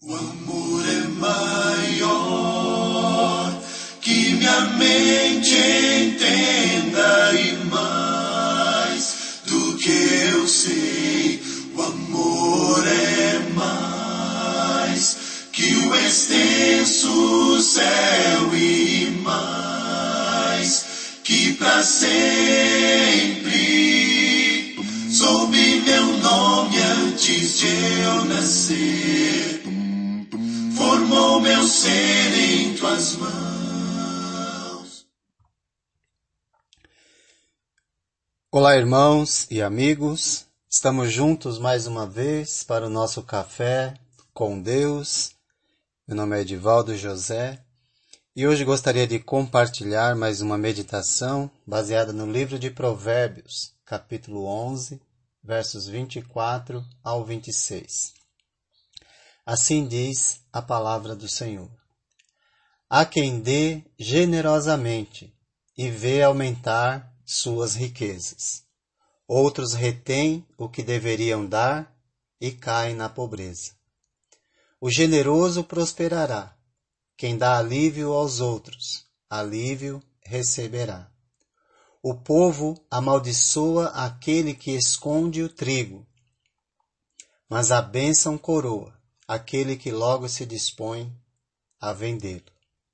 O amor é maior que minha mente entenda e mais do que eu sei. O amor é mais que o extenso céu e mais que pra sempre soube meu nome antes de eu nascer. Formou meu ser em tuas mãos. Olá, irmãos e amigos. Estamos juntos mais uma vez para o nosso café com Deus. Meu nome é Edivaldo José e hoje gostaria de compartilhar mais uma meditação baseada no livro de Provérbios, capítulo 11, versos 24 ao 26. Assim diz a palavra do Senhor. Há quem dê generosamente e vê aumentar suas riquezas. Outros retêm o que deveriam dar e caem na pobreza. O generoso prosperará. Quem dá alívio aos outros, alívio receberá. O povo amaldiçoa aquele que esconde o trigo, mas a bênção coroa aquele que logo se dispõe a vendê-lo.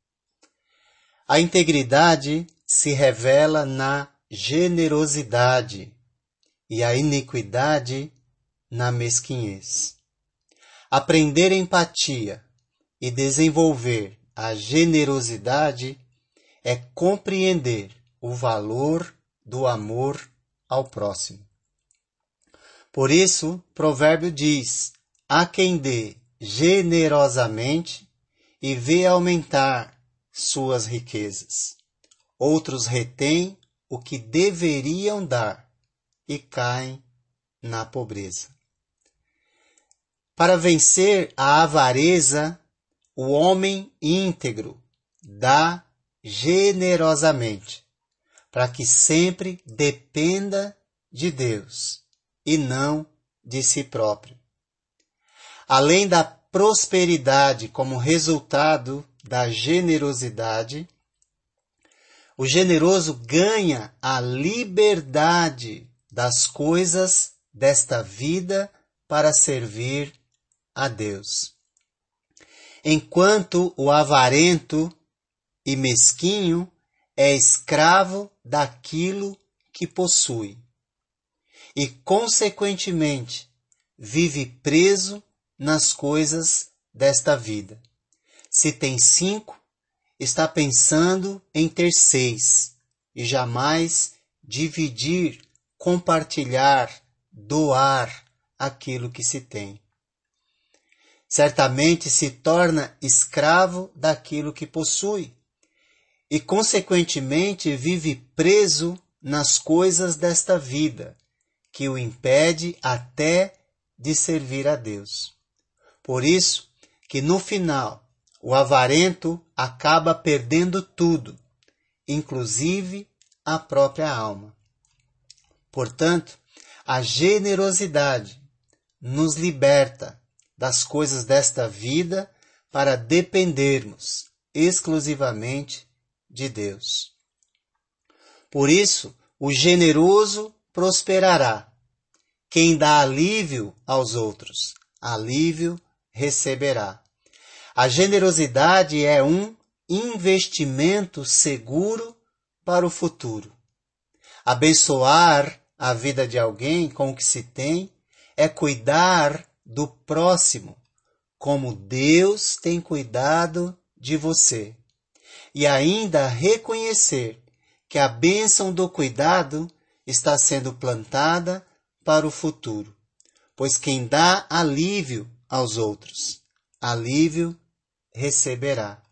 A integridade se revela na generosidade e a iniquidade na mesquinhez. Aprender empatia e desenvolver a generosidade é compreender o valor do amor ao próximo. Por isso, Provérbio diz: há quem dê generosamente e vê aumentar suas riquezas. Outros retêm o que deveriam dar e caem na pobreza. Para vencer a avareza, o homem íntegro dá generosamente, para que sempre dependa de Deus e não de si próprio. Além da prosperidade como resultado da generosidade, o generoso ganha a liberdade das coisas desta vida para servir a Deus. Enquanto o avarento e mesquinho é escravo daquilo que possui e, consequentemente, vive preso nas coisas desta vida. Se tem 5, está pensando em ter 6 e jamais dividir, compartilhar, doar aquilo que se tem. Certamente se torna escravo daquilo que possui e, consequentemente, vive preso nas coisas desta vida, que o impede até de servir a Deus. Por isso que no final o avarento acaba perdendo tudo, inclusive a própria alma. Portanto, a generosidade nos liberta das coisas desta vida para dependermos exclusivamente de Deus. Por isso, o generoso prosperará. Quem dá alívio aos outros, alívio receberá. A generosidade é um investimento seguro para o futuro. Abençoar a vida de alguém com o que se tem é cuidar do próximo, como Deus tem cuidado de você. E ainda reconhecer que a bênção do cuidado está sendo plantada para o futuro, pois quem dá alívio aos outros, alívio receberá.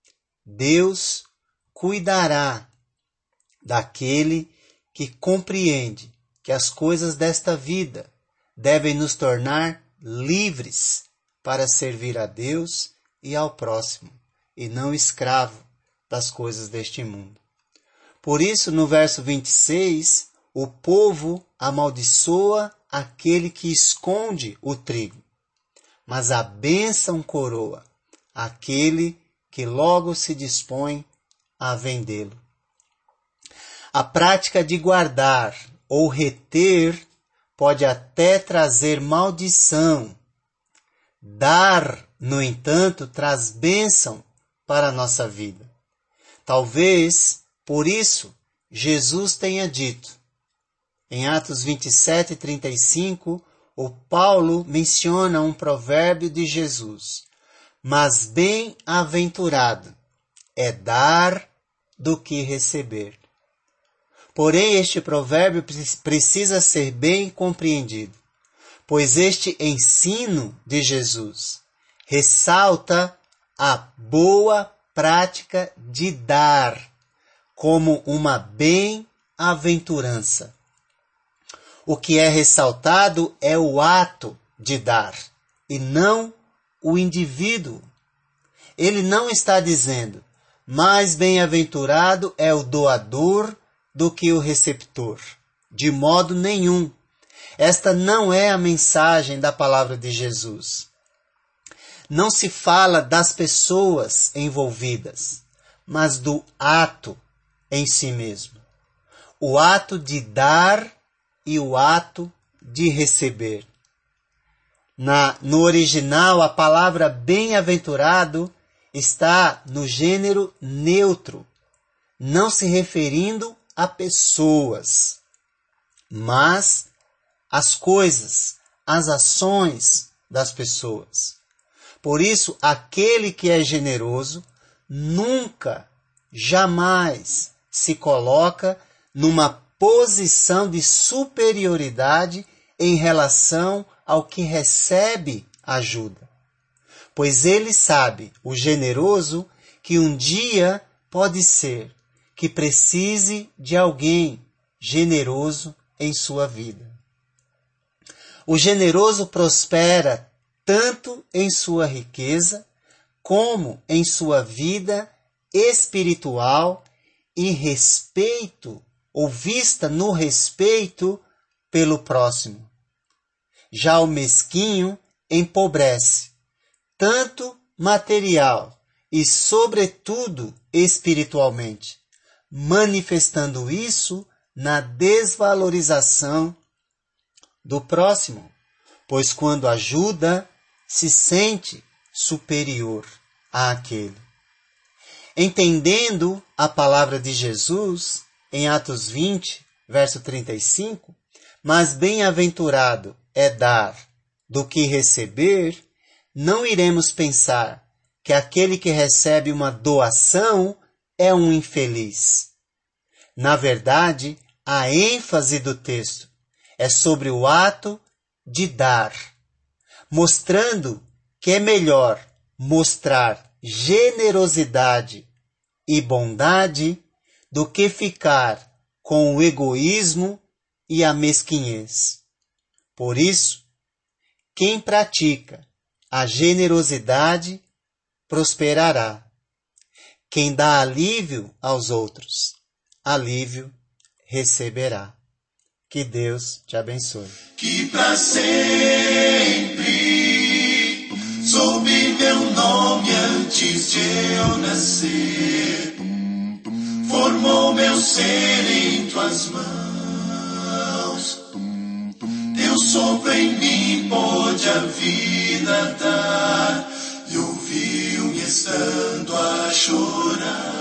Deus cuidará daquele que compreende que as coisas desta vida devem nos tornar livres para servir a Deus e ao próximo, e não escravo das coisas deste mundo. Por isso, no verso 26, o povo amaldiçoa aquele que esconde o trigo, mas a bênção coroa aquele que logo se dispõe a vendê-lo. A prática de guardar ou reter pode até trazer maldição. Dar, no entanto, traz bênção para a nossa vida. Talvez, por isso, Jesus tenha dito, em Atos 27:35, o Paulo menciona um provérbio de Jesus: mas bem-aventurado é dar do que receber. Porém, este provérbio precisa ser bem compreendido, pois este ensino de Jesus ressalta a boa prática de dar como uma bem-aventurança. O que é ressaltado é o ato de dar e não o indivíduo. Ele não está dizendo, mais bem-aventurado é o doador do que o receptor. De modo nenhum. Esta não é a mensagem da palavra de Jesus. Não se fala das pessoas envolvidas, mas do ato em si mesmo. O ato de dar e o ato de receber. No original, a palavra bem-aventurado está no gênero neutro, não se referindo a pessoas, mas às coisas, às ações das pessoas. Por isso, aquele que é generoso nunca, jamais se coloca numa posição de superioridade em relação ao que recebe ajuda. Pois ele sabe, o generoso, que um dia pode ser que precise de alguém generoso em sua vida. O generoso prospera tanto em sua riqueza como em sua vida espiritual e respeito ou vista no respeito pelo próximo. Já o mesquinho empobrece, tanto material e, sobretudo, espiritualmente, manifestando isso na desvalorização do próximo, pois quando ajuda, se sente superior àquele. Entendendo a palavra de Jesus, em Atos 20, verso 35, mas bem-aventurado é dar do que receber, não iremos pensar que aquele que recebe uma doação é um infeliz. Na verdade, a ênfase do texto é sobre o ato de dar, mostrando que é melhor mostrar generosidade e bondade do que ficar com o egoísmo e a mesquinhez. Por isso, quem pratica a generosidade prosperará. Quem dá alívio aos outros, alívio receberá. Que Deus te abençoe. Que para sempre soube meu nome antes de eu nascer. Formou meu ser em tuas mãos. Teu sopro em mim pôde a vida dar. E ouviu-me estando a chorar.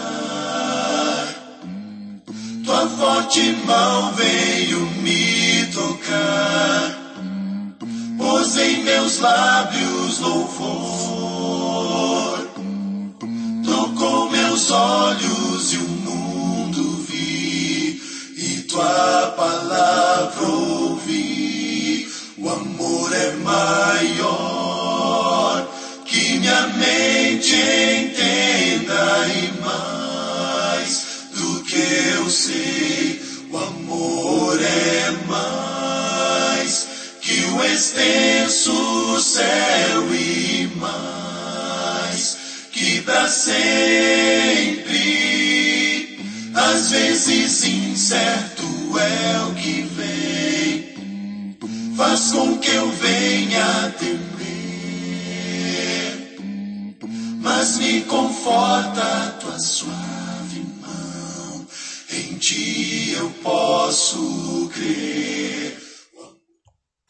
Tua forte mão veio me tocar, pôs em meus lábios louvor, tocou meus olhos e o mundo vi, e tua palavra ouvi. O amor é maior que minha mente entenda e mais do que eu sei. O amor é mais que o extenso céu e mais que para sempre. Às vezes incerto é o que vem, faz com que eu venha temer. mas me conforta tua suave mão. Em ti eu posso